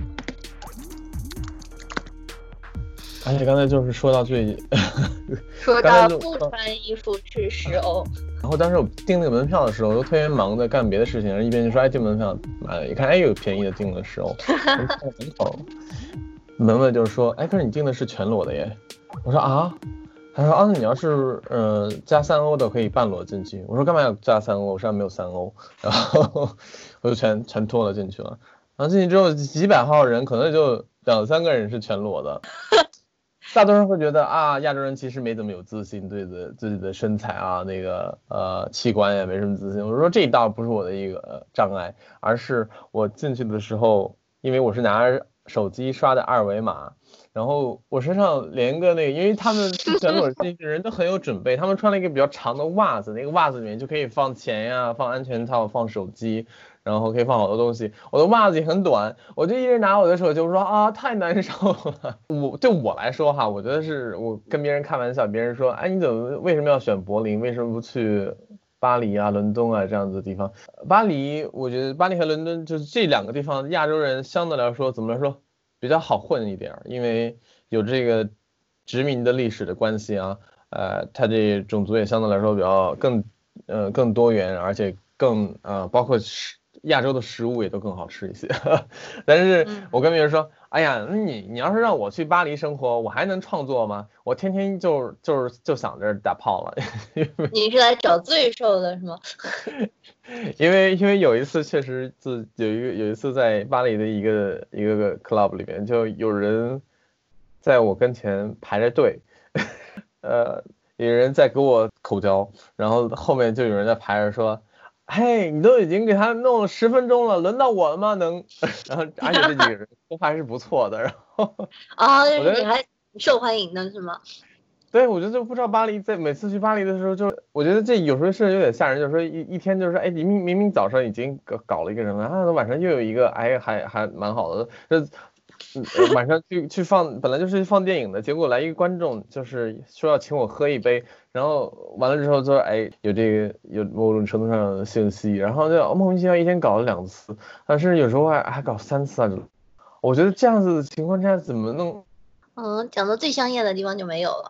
而且刚才就是说到最说到不穿衣服是十欧， 然后当时我订那个门票的时候，我都特别忙在干别的事情，然后一边就说哎订门票买了，一看哎有便宜的订了十欧，门口门卫就是说哎可是你订的是全裸的耶，我说啊，他说啊那你要是呃加三欧的可以半裸进去，我说干嘛要加三欧，我身上没有三欧，然后我就全全脱了进去了，然后进去之后几百号人可能就两三个人是全裸的。大多数人会觉得啊，亚洲人其实没怎么有自信，对的自己的身材啊，那个呃器官也没什么自信。我说这倒不是我的一个、呃、障碍，而是我进去的时候，因为我是拿着手机刷的二维码，然后我身上连个那个，因为他们全裸进去的人都很有准备，他们穿了一个比较长的袜子，那个袜子里面就可以放钱呀、放安全套、放手机。然后可以放好多东西，我的袜子也很短，我就一直拿我的手就说啊太难受了。我对我来说哈，我觉得是我跟别人开玩笑，别人说哎你怎么为什么要选柏林，为什么不去巴黎啊、伦敦啊这样子的地方？巴黎，我觉得巴黎和伦敦就是这两个地方，亚洲人相对来说怎么来说比较好混一点，因为有这个殖民的历史的关系啊，呃，它这种族也相对来说比较更呃更多元，而且更呃包括亚洲的食物也都更好吃一些，但是我跟别人说，哎呀，那你你要是让我去巴黎生活，我还能创作吗？我天天就就是就想着打炮了。 你是来找罪受的是吗？ 因为因为有一次确实自有一个有一次在巴黎的一个一个个 club 里面，就有人在我跟前排着队，呃，有人在给我口交，然后后面就有人在排着说。嘿，你都已经给他弄了十分钟了，轮到我了吗？能，然后而且这几个人都还是不错的，然后啊，哦，你还受欢迎的是吗？ 对，我觉得就不知道巴黎在每次去巴黎的时候就，就我觉得这有时候是有点吓人，就是说一一天就是说，哎，明明明明早上已经搞搞了一个人了，啊，晚上又有一个，哎，还还蛮好的，这。晚上去去放，本来就是放电影的，结果来一个观众，就是说要请我喝一杯，然后完了之后说，哎，有这个有某种程度上的信息，然后就莫名其妙一天搞了两次，但是有时候还还搞三次啊，我觉得这样子的情况下怎么弄？ 嗯，讲到最香艳的地方就没有了。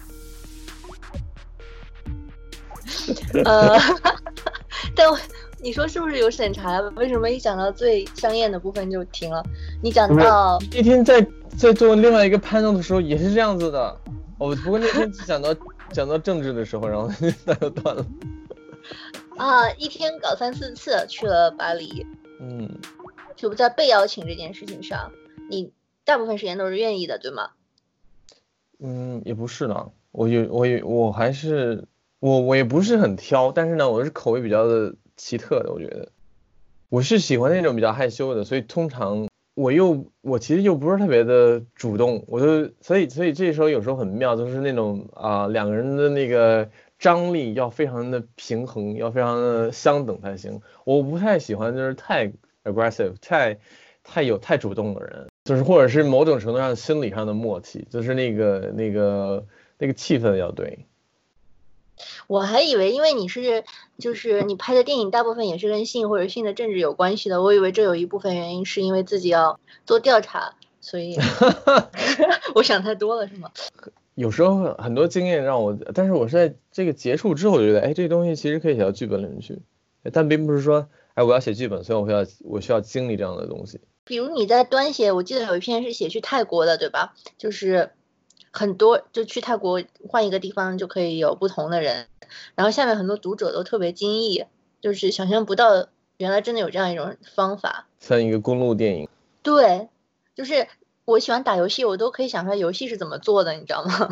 呃，但我。你说是不是有审查？为什么一讲到最香艳的部分就停了？你讲到那天在在做另外一个panel的时候也是这样子的，哦，不过那天讲到讲到政治的时候，然后那就断了。 啊，一天搞三四次去了巴黎， 嗯， 就在被邀请这件事情上，你大部分时间都是愿意的，对吗？ 嗯，也不是呢，我有我有我还是我我也不是很挑，但是呢，我是口味比较的。奇特的，我觉得， 我是喜欢那种比较害羞的，所以通常我又我其实又不是特别的主动，我就所以所以这时候有时候很妙，就是那种啊、呃、两个人的那个张力要非常的平衡，要非常的相等才行。我不太喜欢就是太 aggressive， 太太有太主动的人，就是或者是某种程度上心理上的默契，就是那个那个那个气氛要对。 我还以为因为你是就是你拍的电影大部分也是跟性或者性的政治有关系的，我以为这有一部分原因是因为自己要做调查，所以我想太多了是吗？ 有时候很多经验让我，但是我是在这个结束之后，我觉得哎，这个东西其实可以写到剧本里面去，但并不是说哎我要写剧本，所以我需要我需要经历这样的东西。 比如你在端写，我记得有一篇是写去泰国的，对吧？就是很多就去泰国换一个地方就可以有不同的人，然后下面很多读者都特别惊异，就是想象不到原来真的有这样一种方法， 像一个公路电影。 对，就是我喜欢打游戏，我都可以想出来游戏是怎么做的，你知道吗？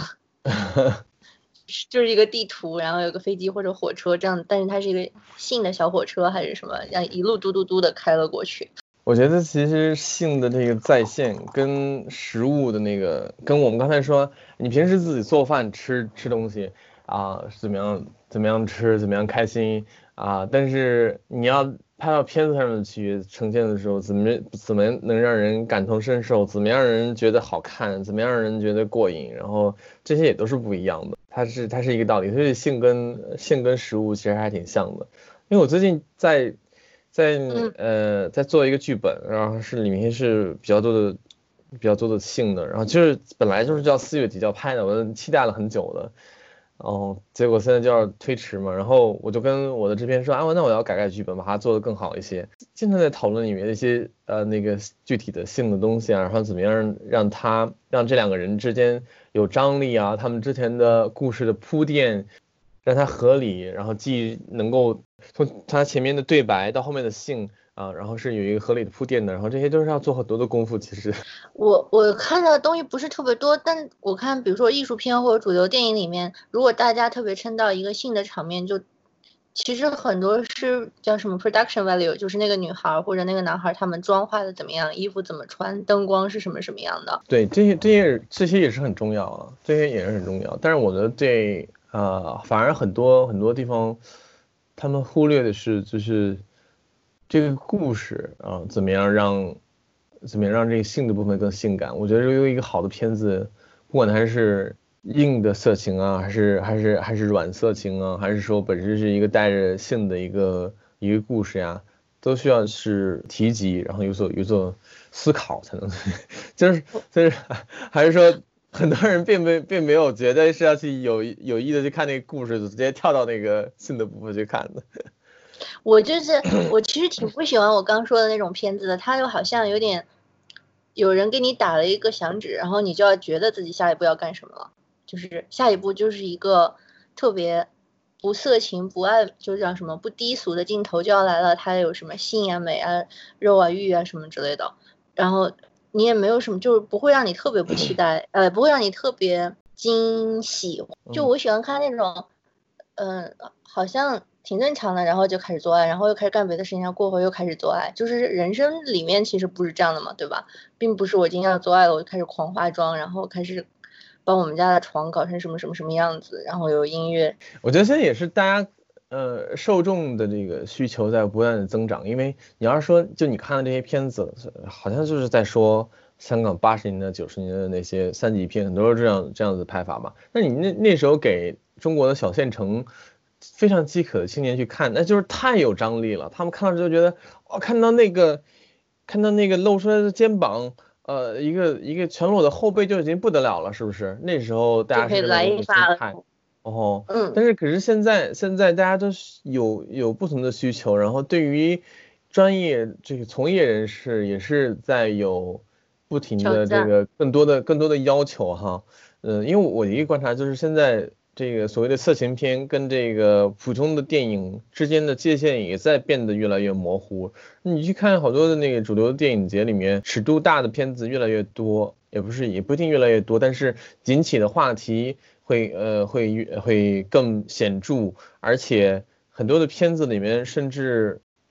就是一个地图，然后有个飞机或者火车这样，但是它是一个性的小火车还是什么，然后一路嘟嘟嘟的开了过去。 我觉得其实性的这个再现跟食物的那个，跟我们刚才说，你平时自己做饭吃吃东西啊，怎么样怎么样吃，怎么样开心啊，但是你要拍到片子上面去呈现的时候，怎么怎么能让人感同身受，怎么样让人觉得好看，怎么样让人觉得过瘾，然后这些也都是不一样的，它是它是一个道理，所以性跟性跟食物其实还挺像的，因为我最近在。在呃，在做一个剧本，然后是里面是比较多的、比较多的性的，然后就是本来就是叫四月底就要拍的，我期待了很久的，然后结果现在就要推迟嘛，然后我就跟我的制片说，啊，那我要改改剧本，把它做得更好一些。经常在讨论里面一些呃那个具体的性的东西啊，然后怎么样让他让这两个人之间有张力啊，他们之前的故事的铺垫。让它合理，然后既能够从它前面的对白到后面的性啊，然后是有一个合理的铺垫的，然后这些都是要做很多的功夫。其实我我看到的东西不是特别多，但我看比如说艺术片或者主流电影里面，如果大家特别撑到一个性的场面，就其实很多是叫什么 production value， 就是那个女孩或者那个男孩他们妆化的怎么样，衣服怎么穿，灯光是什么什么样的。 对，这些这些这些也是很重要啊，这些也是很重要。但是我觉得这呃，反而很多很多地方，他们忽略的是，就是这个故事啊、呃，怎么样让怎么样让这个性的部分更性感？我觉得有一个好的片子，不管它是硬的色情啊，还是还是还是软色情啊，还是说本身是一个带着性的一个一个故事呀，都需要是提及，然后有所有所思考才能，就是就是还是说。很多人并没并没有觉得是要去有有意的去看那个故事，直接跳到那个性的部分去看的。 我就是我其实挺不喜欢我刚说的那种片子的，它又好像有点有人给你打了一个响指，然后你就要觉得自己下一步要干什么了，就是下一步就是一个特别不色情不爱就叫什么不低俗的镜头就要来了，它有什么性啊美啊肉啊欲啊什么之类的，然后。你也没有什么，就是不会让你特别不期待，呃，不会让你特别惊喜。就我喜欢看那种，嗯、呃，好像挺正常的，然后就开始做爱，然后又开始干别的事情，然后过会又开始做爱。就是人生里面其实不是这样的嘛，对吧？并不是我今天要做爱了，我就开始狂化妆，然后开始把我们家的床搞成什么什么什么样子，然后有音乐。 我觉得现在也是大家。呃，受众的这个需求在不断的增长，因为你要是说，就你看的这些片子，好像就是在说香港八十年代、九十年代的那些三级片，很多是这样这样子拍法嘛。那你那那时候给中国的小县城非常饥渴的青年去看，那就是太有张力了。他们看到就觉得，哦，看到那个看到那个露出来的肩膀，呃，一个一个全裸的后背就已经不得了了，是不是？那时候大家是可以来一发了。 哦， 嗯， 但是可是现在现在大家都是有有不同的需求，然后对于专业这个从业人士也是在有不停的这个更多的更多的要求哈，嗯，因为我一个观察就是现在这个所谓的色情片跟这个普通的电影之间的界限也在变得越来越模糊。你去看好多的那个主流的电影节里面，尺度大的片子越来越多，也不是也不一定越来越多，但是引起的话题。会呃会会更显著，而且很多的片子里面甚至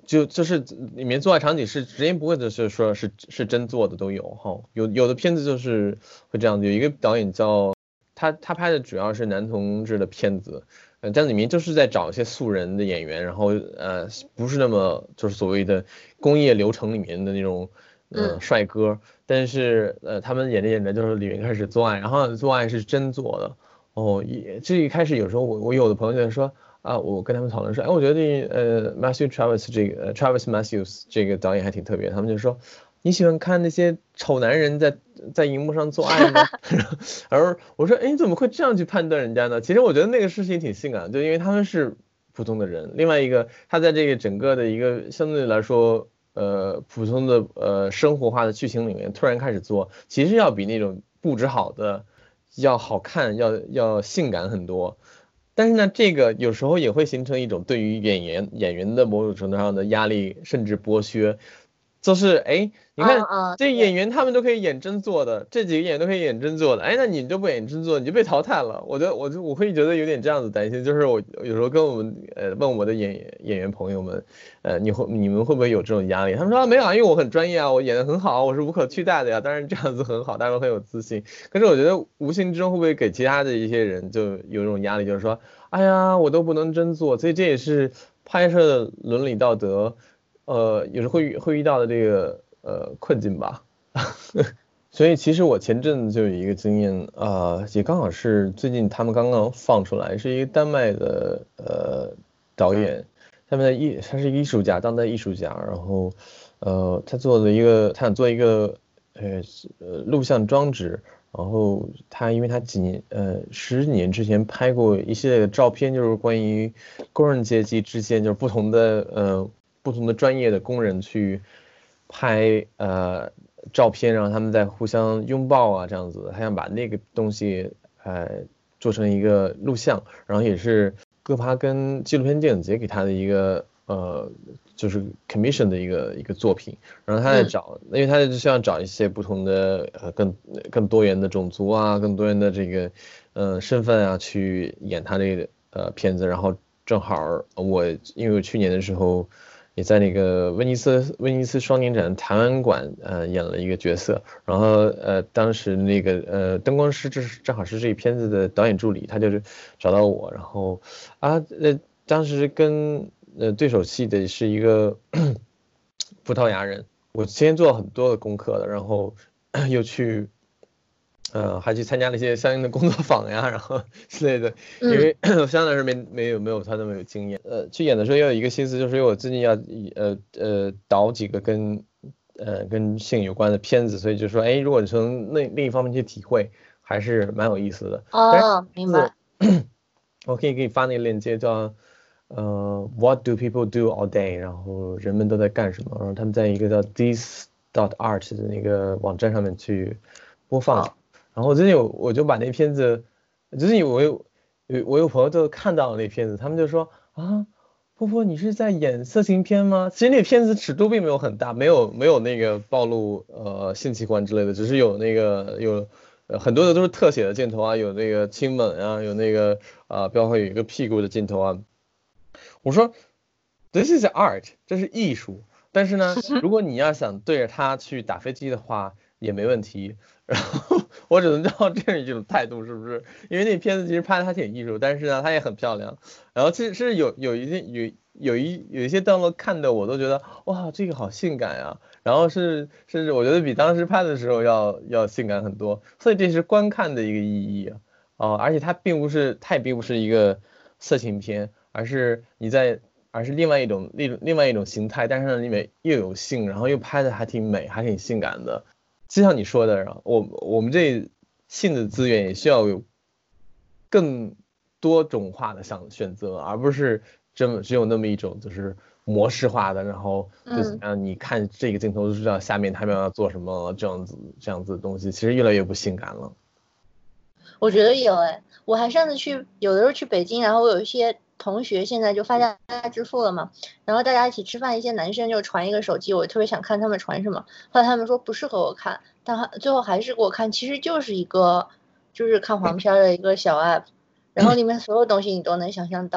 就就是里面做爱场景是直言不讳的，是说是是真做的都有哈，有有的片子就是会这样子。有一个导演叫他，他拍的主要是男同志的片子，呃，但里面就是在找一些素人的演员，然后呃不是那么就是所谓的工业流程里面的那种呃帅哥，但是呃他们演着演着就是里面开始做爱，然后做爱是真做的哦。一这一开始有时候我我有的朋友就说。啊，我跟他们讨论说，哎，我觉得呃，Matthew Travis 这个、呃、Travis Matthews 这个导演还挺特别，他们就说你喜欢看那些丑男人在在荧幕上做爱吗？而我说，哎，你怎么会这样去判断人家呢？其实我觉得那个事情挺性感的，就因为他们是普通的人。另外一个，他在这个整个的一个相对来说呃普通的呃生活化的剧情里面，突然开始做，其实要比那种布置好的要好看，要要性感很多。但是呢，这个有时候也会形成一种对于演员演员的某种程度上的压力，甚至剥削。就是哎，你看、 嗯嗯、 这演员他们都可以演真做的，这几个演员都可以演真做的，哎，那你就不演真做，你就被淘汰了。我觉得我就我会觉得有点这样子担心，就是我有时候跟我们呃问我的演演员朋友们，呃，你会你们会不会有这种压力？他们说、啊、没有啊，因为我很专业啊，我演得很好，我是无可取代的呀。当然这样子很好，大家都很有自信。可是我觉得无形之中会不会给其他的一些人就有这种压力，就是说，哎呀，我都不能真做，所以这也是拍摄的伦理道德。呃，有时候会会遇到的这个呃困境吧，所以其实我前阵子就有一个经验，呃，也刚好是最近他们刚刚放出来，是一个丹麦的呃导演，他们的艺他是艺术家，当代艺术家，然后呃他做了一个他想做一个呃呃录像装置，然后他因为他几年呃十年之前拍过一系列的照片，就是关于工人阶级之间就是不同的呃。不同的专业的工人去拍呃照片，让他们在互相拥抱啊这样子，他想把那个东西呃做成一个录像，然后也是哥帕根纪录片电影节给他的一个呃就是 commission 的一个一个作品，然后他在找，嗯、因为他就需要找一些不同的呃更更多元的种族啊，更多元的这个呃身份啊去演他这个呃片子，然后正好我因为我去年的时候。也在那个威尼斯威尼斯双年展台湾馆呃演了一个角色，然后呃当时那个呃灯光师这是正好是这一片子的导演助理，他就是找到我，然后啊呃当时跟呃对手戏的是一个葡萄牙人，我先做了很多的功课的，然后又去。呃，还去参加了一些相应的工作坊呀，然后之类的，因为我相对来说没没有没有他那么有经验。呃，去演的时候也有一个心思，就是因为我最近要呃呃导几个跟呃跟性有关的片子，所以就说，哎，如果你从那另一方面去体会，还是蛮有意思的。 哦，明白。 我可以给你发那个链接，叫呃 What do people do all day？ 然后人们都在干什么？然后他们在一个叫 this dot art 的那个网站上面去播放。哦，然后最近有我就把那片子，最近我有有我有朋友都看到了那片子，他们就说啊，波波你是在演色情片吗？其实那片子尺度并没有很大，没有没有那个暴露呃性器官之类的，只是有那个有呃很多的都是特写的镜头啊，有那个亲吻啊，有那个啊包括有一个屁股的镜头啊。我说 This is art， 这是艺术，但是呢，如果你要想对着它去打飞机的话，也没问题。然后我只能叫这样一种态度，是不是？因为那片子其实拍的还挺艺术，但是呢，它也很漂亮。然后其实是有有一些有有一有一些段落看的我都觉得哇，这个好性感啊。然后是甚至我觉得比当时拍的时候要要性感很多。所以这是观看的一个意义啊。哦，而且它并不是它也并不是一个色情片，而是你在而是另外一种另另外一种形态，但是呢里面又有性，然后又拍的还挺美，还挺性感的。就像你说的，我我们这性的资源也需要有更多种化的想选择，而不是这么只有那么一种就是模式化的，然后就是让你看这个镜头就知道下面他们要做什么这样子这样子的东西，其实越来越不性感了。 我觉得有哎，我还上次去有的时候去北京，然后我有一些同学现在就发家致富了嘛，然后大家一起吃饭，一些男生就传一个手机，我特别想看他们传什么，后来他们说不适合我看，但最后还是给我看，其实就是一个就是看黄片的一个小 app， 然后里面所有东西你都能想象到，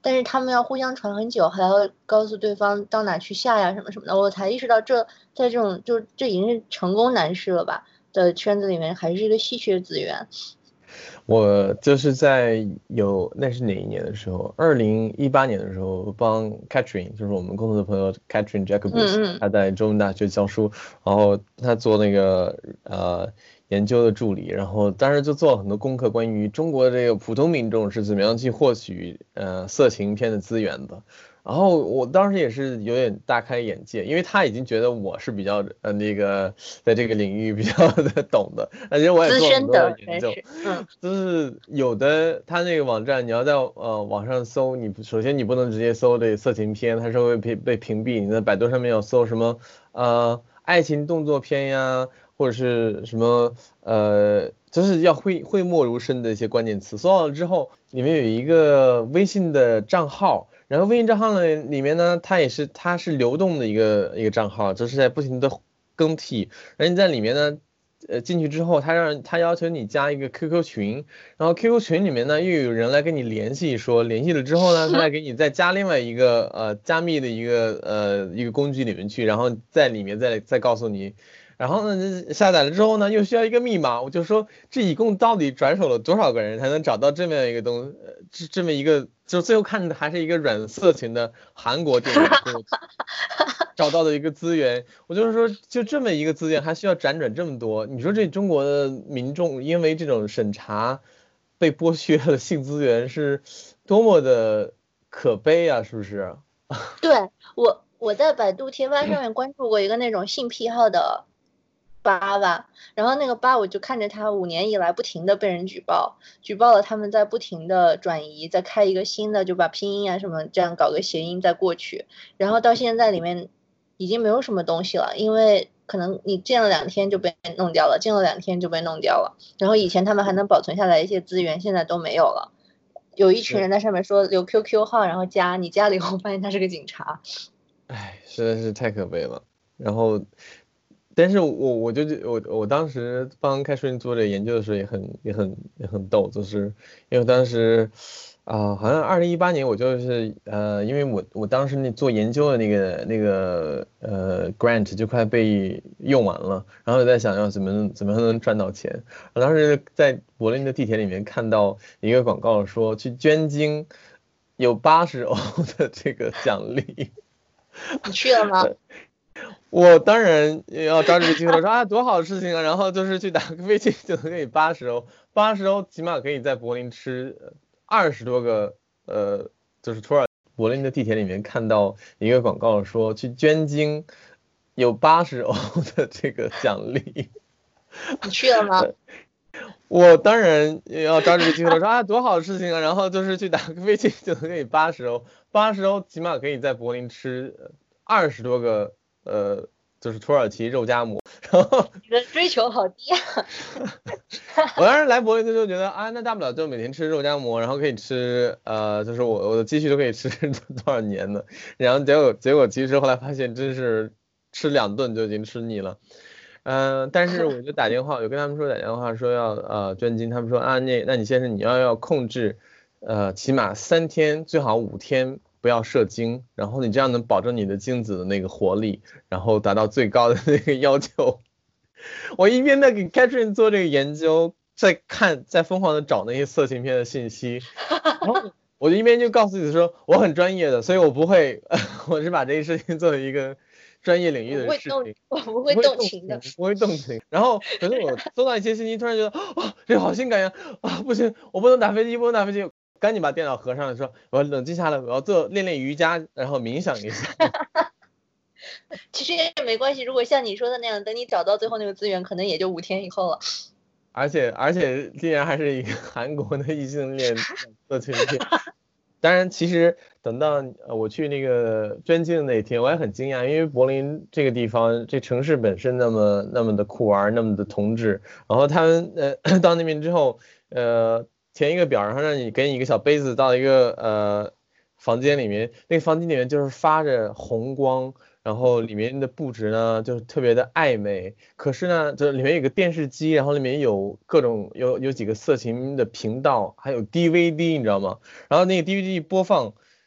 但是他们要互相传很久，还要告诉对方到哪去下呀什么什么的，我才意识到这在这种就这已经是成功男士了吧的圈子里面还是一个稀缺资源。 我就是在有那是哪一年的时候，二零一八年的时候帮 Catherine， 就是我们共同的朋友 Catherine Jacobus， 嗯嗯他在中文大学教书，然后他做那个呃研究的助理，然后当时就做了很多功课，关于中国这个普通民众是怎么样去获取呃色情片的资源的。然后我当时也是有点大开眼界，因为他已经觉得我是比较呃那个在这个领域比较的懂的，而且我也做很多的研究， 嗯， 就是有的他那个网站你要在呃网上搜，你首先你不能直接搜这色情片，它是会被被屏蔽，你在百度上面要搜什么呃爱情动作片呀，或者是什么呃就是要讳讳莫如深的一些关键词，搜到了之后里面有一个微信的账号。然后微信账号呢里面呢，它也是它是流动的一个一个账号，就是在不停的更替。然后你在里面呢，呃进去之后，他让他要求你加一个 Q Q 群，然后 Q Q 群里面呢又有人来跟你联系，说联系了之后呢，他再给你再加另外一个呃加密的一个呃一个工具里面去，然后在里面再再告诉你。然后呢，下载了之后呢，又需要一个密码。我就说，这一共到底转手了多少个人才能找到这么一个东，呃，这这么一个，就最后看的还是一个软色情的韩国电影找到的一个资源。我就是说，就这么一个资源，还需要辗转这么多。你说这中国的民众因为这种审查被剥削了性资源，是多么的可悲啊！是不是？ 对，我我在百度贴吧上面关注过一个那种性癖好的吧吧，然后那个吧我就看着他五年以来不停的被人举报，举报了他们在不停的转移，再开一个新的，就把拼音啊什么这样搞个谐音再过去，然后到现在里面已经没有什么东西了，因为可能你建了两天就被弄掉了，建了两天就被弄掉了，然后以前他们还能保存下来一些资源，现在都没有了。有一群人在上面说留 Q Q 号，然后加你加了以后发现他是个警察， 哎，实在是太可悲了。然后。但是我我就我我当时帮开顺做这研究的时候也很也很也很逗，就是因为当时啊、呃，好像二零一八年我就是呃，因为我我当时那做研究的那个那个呃 grant 就快被用完了，然后在想要怎么怎么能赚到钱。我当时在柏林的地铁里面看到一个广告说去捐精有八十欧的这个奖励， 你去了吗？ 我当然要抓住这个机会了，说啊多好的事情啊，然后就是去打个飞机就能给八十欧，八十欧起码可以在柏林吃二十多个呃，就是土耳柏林的地铁里面看到一个广告说去捐精有八十欧的这个奖励， 你去了吗？ 我当然要抓住这个机会了，说啊多好的事情啊，然后就是去打个飞机就能给八十欧，八十欧起码可以在柏林吃二十多个。呃，就是土耳其肉夹馍，然后你的追求好低啊！ 我当时来柏林的时候觉得啊，那大不了就每天吃肉夹馍，然后可以吃呃，就是我我的积蓄都可以吃多少年呢？然后结果结果其实后来发现真是吃两顿就已经吃腻了，嗯、呃，但是我就打电话，我跟他们说打电话说要呃捐精，他们说啊那那你先生你要要控制呃起码三天最好五天。不要射精，然后你这样能保证你的精子的那个活力，然后达到最高的那个要求。我一边在给 Catherine 做这个研究，在看，在疯狂的找那些色情片的信息，然后我就一边就告诉自己说，我很专业的，所以我不会，我是把这些事情作为一个专业领域的事情， 我不会动情的， 不会动情。然后可是我收到一些信息，突然觉得，哦，这个好性感呀，啊，不行，我不能打飞机，不能打飞机。赶紧把电脑合上，说我要冷静下来，我要做练练瑜伽，然后冥想一下。 其实也没关系，如果像你说的那样，等你找到最后那个资源，可能也就五天以后了。 而且而且竟然还是一个韩国的异性恋色情片。当然，其实等到我去那个捐精的那一天，我也很惊讶，因为柏林这个地方，这城市本身那么那么的酷玩，那么的同志，然后他们呃到那边之后，呃。填一个表，然后让你给你一个小杯子到一个呃房间里面，那个房间里面就是发着红光，然后里面的布置呢就是特别的暧昧，可是呢就里面有个电视机，然后里面有各种有有几个色情的频道，还有 D V D 你知道吗？然后那个 D V D 播放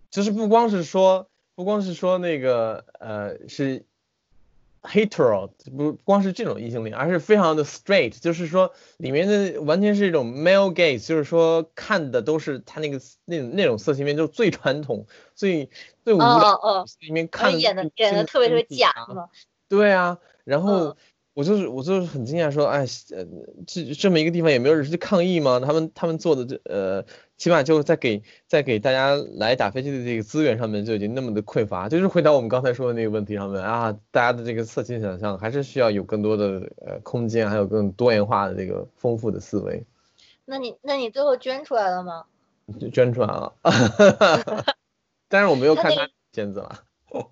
就是不光是说不光是说那个呃是 hetero， 不光是这种异性恋，而是非常的 straight， 就是说里面的完全是一种 male gaze， 就是说看的都是他那个那种那种色情片，就是最传统、最最无聊哦哦， 里面看的演的演的特别特别假是吗？ 对啊，然后。 嗯我就是我就是很惊讶，说，哎，呃，这这么一个地方也没有人去抗议吗？他们他们做的这呃，起码就在给在给大家来打飞机的这个资源上面就已经那么的匮乏，就是回答我们刚才说的那个问题上面啊，大家的这个色情想象还是需要有更多的呃空间，还有更多元化的这个丰富的思维。 那你那你最后捐出来了吗？ 就捐出来了，但是我没有看他片子了。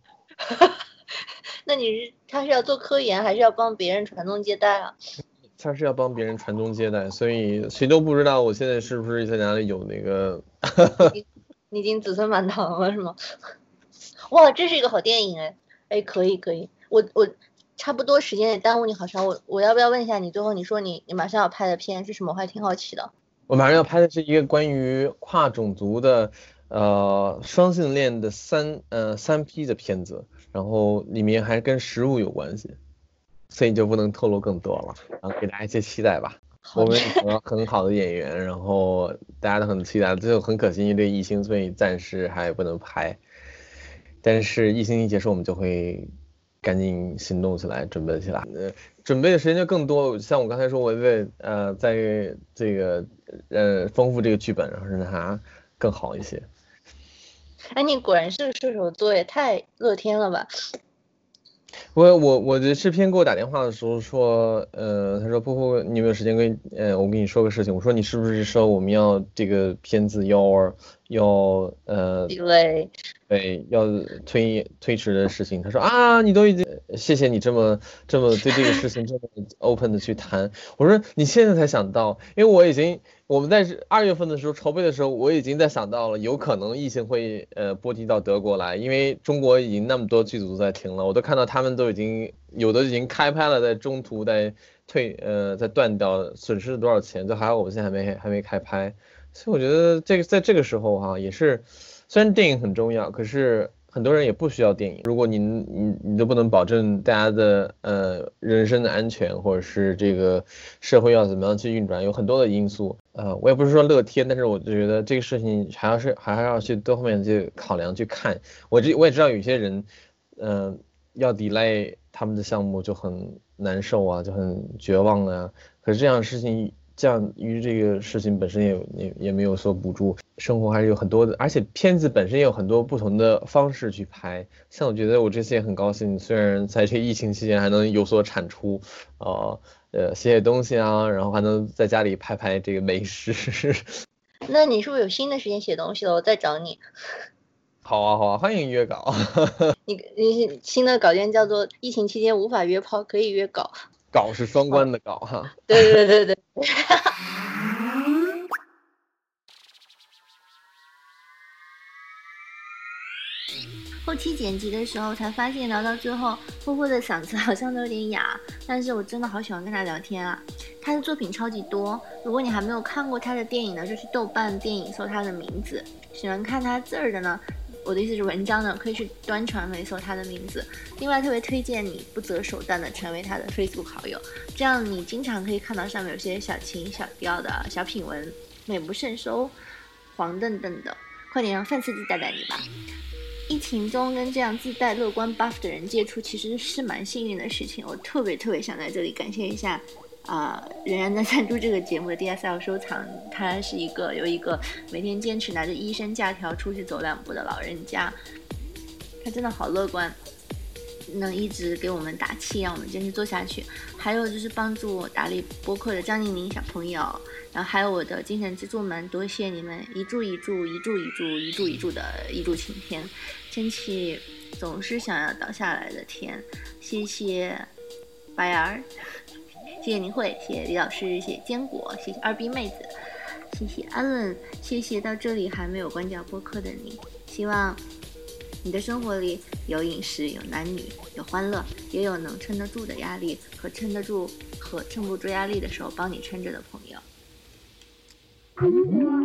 那你是他是要做科研，还是要帮别人传宗接代啊？ 他是要帮别人传宗接代，所以谁都不知道我现在是不是在哪里有那个。 你你已经子孙满堂了是吗？哇，这是一个好电影哎哎，可以可以，我我差不多时间也耽误你好长，我我要不要问一下你，最后你说你你马上要拍的片是什么？我还挺好奇的。 我马上要拍的是一个关于跨种族的呃双性恋的三呃三 P 的片子。然后里面还跟食物有关系，所以就不能透露更多了，然后给大家一些期待吧。我们有很好的演员，然后大家都很期待，最后很可惜因为疫情，所以暂时还不能拍。但是疫情一结束，我们就会赶紧行动起来，准备起来。呃，准备的时间就更多。像我刚才说，我在呃在这个呃丰富这个剧本，然后让它更好一些。 哎，你果然是射手座，也太乐天了吧！ 我我我的制片给我打电话的时候说，呃，他说波波，你有没有时间跟呃我跟你说个事情？我说你是不是说我们要这个片子要要呃对对要推推迟的事情？他说啊，你都已经谢谢你这么这么对这个事情这么 open 的去谈。我说你现在才想到，因为我已经。我们在二月份的时候筹备的时候，我已经在想到了，有可能疫情会呃波及到德国来，因为中国已经那么多剧组在停了，我都看到他们都已经有的已经开拍了，在中途在退呃在断掉，损失了多少钱，就还好我们现在还没还没开拍，所以我觉得这个在这个时候哈、啊、也是，虽然电影很重要，可是。很多人也不需要电影，如果你你你都不能保证大家的呃人身的安全，或者是这个社会要怎么样去运转，有很多的因素。呃，我也不是说乐天，但是我觉得这个事情还要是还要去多方面去考量去看。我这我也知道有些人，嗯、呃，要 delay 他们的项目就很难受啊，就很绝望啊。可是这样的事情。这样于这个事情本身也也也没有所补助，生活还是有很多的，而且片子本身也有很多不同的方式去拍。像我觉得我这次也很高兴，虽然在这疫情期间还能有所产出，呃呃写写东西啊，然后还能在家里拍拍这个美食。 那你是不是有新的时间写东西了？我再找你。 好啊好啊，欢迎约稿。 你你新的稿件叫做疫情期间无法约炮，可以约稿。 稿是双关的稿哈。 对对对对。 后期剪辑的时候才发现，聊到最后，波波的嗓子好像都有点哑，但是我真的好喜欢跟他聊天啊。他的作品超级多，如果你还没有看过他的电影呢，就去豆瓣电影搜他的名字。喜欢看他字儿的呢，我的意思是文章呢，可以去端传媒搜他的名字。另外特别推荐你不择手段的成为他的 Facebook 好友，这样你经常可以看到上面有些小情小调的小品文，美不胜收，黄澄澄的，快点让范刺激带带你吧。疫情中跟这样自带乐观 buff 的人接触，其实是蛮幸运的事情。我特别特别想在这里感谢一下啊、呃，仍然在赞助这个节目的 D S L 收藏，他是一个有一个每天坚持拿着医生假条出去走两步的老人家，他真的好乐观，能一直给我们打气，让我们坚持做下去。还有就是帮助我打理播客的张宁宁小朋友，然后还有我的精神支柱们，多谢你们一柱一柱一柱一柱一柱一柱的一柱擎天，撑起总是想要倒下来的天。谢谢白儿，谢谢宁慧，谢谢李老师，谢谢坚果，谢谢二逼妹子，谢谢 Allen， 谢谢到这里还没有关掉播客的你。希望你的生活里有饮食，有男女，有欢乐，也有能撑得住的压力和撑得住和撑不住压力的时候帮你撑着的朋友。